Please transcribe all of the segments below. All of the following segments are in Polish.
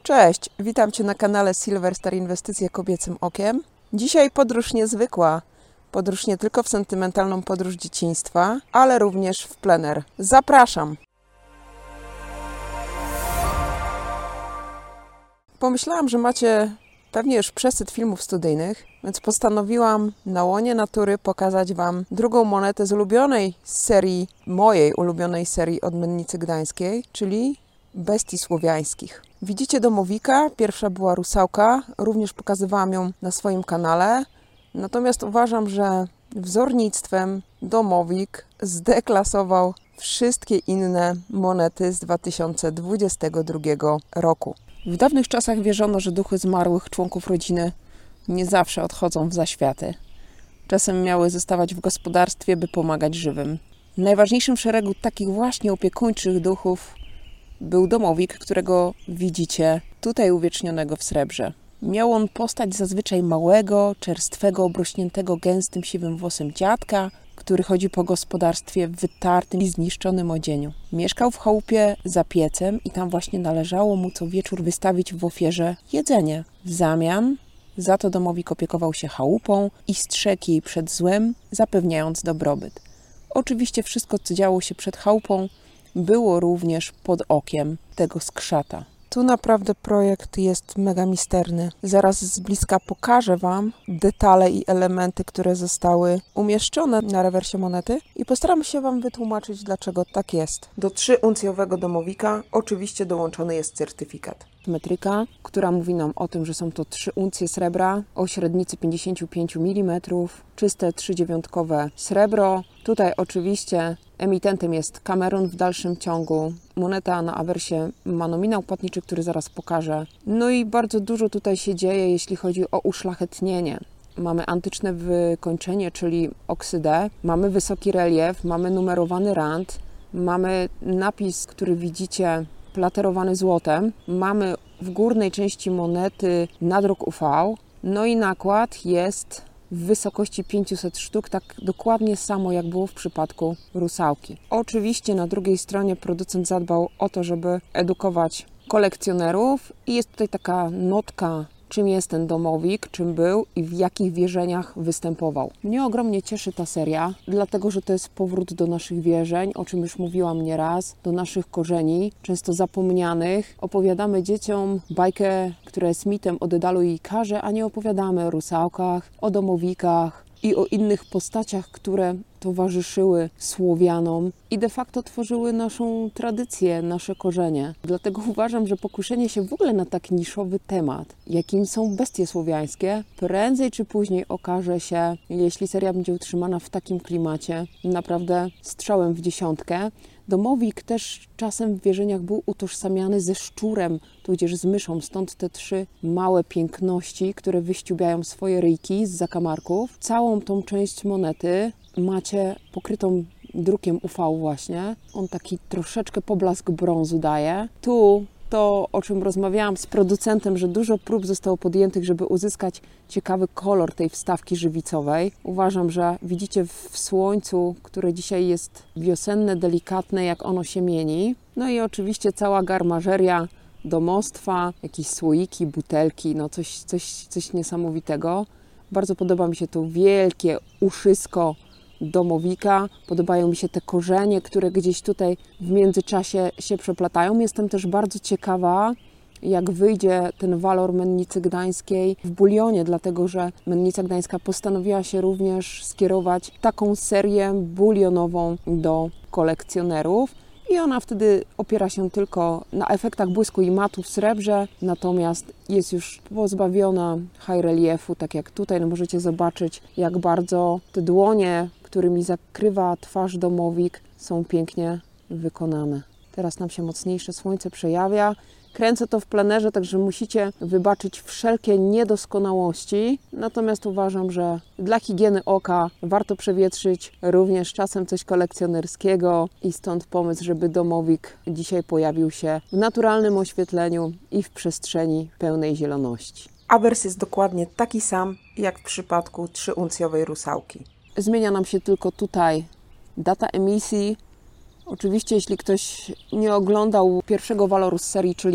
Cześć, witam Cię na kanale Silver Star Inwestycje Kobiecym Okiem. Dzisiaj podróż niezwykła. Podróż nie tylko w sentymentalną podróż dzieciństwa, ale również w plener. Zapraszam! Pomyślałam, że macie pewnie już przesyt filmów studyjnych, więc postanowiłam na łonie natury pokazać Wam drugą monetę z ulubionej serii, mojej ulubionej serii od Mennicy Gdańskiej, czyli bestii słowiańskich. Widzicie domowika, pierwsza była rusałka, również pokazywałam ją na swoim kanale, natomiast uważam, że wzornictwem domowik zdeklasował wszystkie inne monety z 2022 roku. W dawnych czasach wierzono, że duchy zmarłych członków rodziny nie zawsze odchodzą w zaświaty. Czasem miały zostawać w gospodarstwie, by pomagać żywym. Najważniejszym w szeregu takich właśnie opiekuńczych duchów był domowik, którego widzicie tutaj uwiecznionego w srebrze. Miał on postać zazwyczaj małego, czerstwego, obrośniętego gęstym siwym włosem dziadka, który chodzi po gospodarstwie w wytartym i zniszczonym odzieniu. Mieszkał w chałupie za piecem i tam właśnie należało mu co wieczór wystawić w ofierze jedzenie. W zamian za to domowik opiekował się chałupą i strzegł jej przed złem, zapewniając dobrobyt. Oczywiście wszystko, co działo się przed chałupą, było również pod okiem tego skrzata. Tu naprawdę projekt jest mega misterny. Zaraz z bliska pokażę Wam detale i elementy, które zostały umieszczone na rewersie monety i postaram się Wam wytłumaczyć, dlaczego tak jest. Do 3-uncjowego domowika oczywiście dołączony jest certyfikat. Metryka, która mówi nam o tym, że są to 3 uncje srebra o średnicy 55 mm, czyste 3,9 srebro. Tutaj oczywiście emitentem jest Cameron w dalszym ciągu. Moneta na awersie ma nominał płatniczy, który zaraz pokażę. No i bardzo dużo tutaj się dzieje, jeśli chodzi o uszlachetnienie. Mamy antyczne wykończenie, czyli oksydę, mamy wysoki relief, mamy numerowany rand, mamy napis, który widzicie platerowany złotem, mamy w górnej części monety nadruk UV, no i nakład jest w wysokości 500 sztuk, tak dokładnie samo jak było w przypadku rusałki. Oczywiście na drugiej stronie producent zadbał o to, żeby edukować kolekcjonerów i jest tutaj taka notka, czym jest ten domowik, czym był i w jakich wierzeniach występował. Mnie ogromnie cieszy ta seria, dlatego że to jest powrót do naszych wierzeń, o czym już mówiłam nieraz, do naszych korzeni, często zapomnianych. Opowiadamy dzieciom bajkę, która jest mitem o Dedalu i Ikarze, a nie opowiadamy o rusałkach, o domowikach i o innych postaciach, które towarzyszyły Słowianom i de facto tworzyły naszą tradycję, nasze korzenie. Dlatego uważam, że pokuszenie się w ogóle na tak niszowy temat, jakim są bestie słowiańskie, prędzej czy później okaże się, jeśli seria będzie utrzymana w takim klimacie, naprawdę strzałem w dziesiątkę. Domowik też czasem w wierzeniach był utożsamiany ze szczurem, tudzież z myszą, stąd te 3 małe piękności, które wyściubiają swoje ryjki z zakamarków. Całą tą część monety macie pokrytą drukiem UV właśnie. On taki troszeczkę poblask brązu daje. Tu to, o czym rozmawiałam z producentem, że dużo prób zostało podjętych, żeby uzyskać ciekawy kolor tej wstawki żywicowej. Uważam, że widzicie w słońcu, które dzisiaj jest wiosenne, delikatne, jak ono się mieni. No i oczywiście cała garmażeria domostwa, jakieś słoiki, butelki, no coś niesamowitego. Bardzo podoba mi się to wielkie uszysko domowika. Podobają mi się te korzenie, które gdzieś tutaj w międzyczasie się przeplatają. Jestem też bardzo ciekawa, jak wyjdzie ten walor Mennicy Gdańskiej w bulionie, dlatego że Mennica Gdańska postanowiła się również skierować taką serię bulionową do kolekcjonerów. I ona wtedy opiera się tylko na efektach błysku i matu w srebrze, natomiast jest już pozbawiona high reliefu, tak jak tutaj. No możecie zobaczyć, jak bardzo te dłonie, którymi zakrywa twarz domowik, są pięknie wykonane. Teraz nam się mocniejsze słońce przejawia. Kręcę to w plenerze, także musicie wybaczyć wszelkie niedoskonałości. Natomiast uważam, że dla higieny oka warto przewietrzyć również czasem coś kolekcjonerskiego i stąd pomysł, żeby domowik dzisiaj pojawił się w naturalnym oświetleniu i w przestrzeni pełnej zieloności. Awers jest dokładnie taki sam jak w przypadku 3-uncjowej rusałki. Zmienia nam się tylko tutaj data emisji. Oczywiście, jeśli ktoś nie oglądał pierwszego waloru z serii, czyli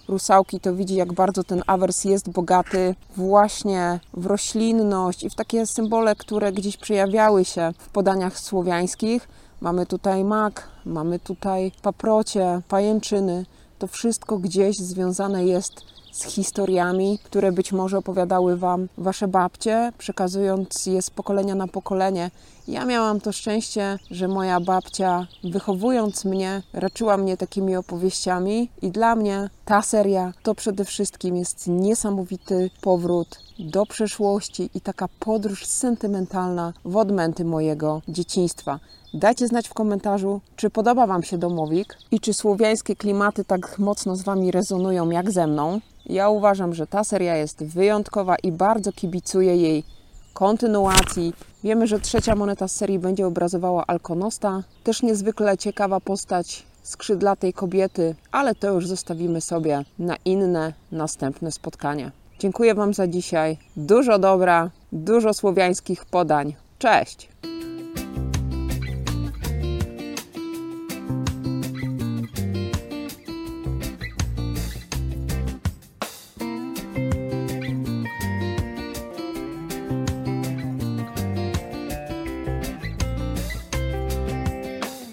Rusałki, to widzi, jak bardzo ten awers jest bogaty właśnie w roślinność i w takie symbole, które gdzieś przejawiały się w podaniach słowiańskich. Mamy tutaj mak, mamy tutaj paprocie, pajęczyny. To wszystko gdzieś związane jest z historiami, które być może opowiadały Wam Wasze babcie, przekazując je z pokolenia na pokolenie. Ja miałam to szczęście, że moja babcia, wychowując mnie, raczyła mnie takimi opowieściami i dla mnie ta seria to przede wszystkim jest niesamowity powrót do przeszłości i taka podróż sentymentalna w odmęty mojego dzieciństwa. Dajcie znać w komentarzu, czy podoba Wam się Domowik i czy słowiańskie klimaty tak mocno z Wami rezonują jak ze mną. Ja uważam, że ta seria jest wyjątkowa i bardzo kibicuję jej kontynuacji. Wiemy, że trzecia moneta z serii będzie obrazowała Alkonosta. Też niezwykle ciekawa postać skrzydlatej kobiety, ale to już zostawimy sobie na inne, następne spotkanie. Dziękuję Wam za dzisiaj. Dużo dobra, dużo słowiańskich podań. Cześć!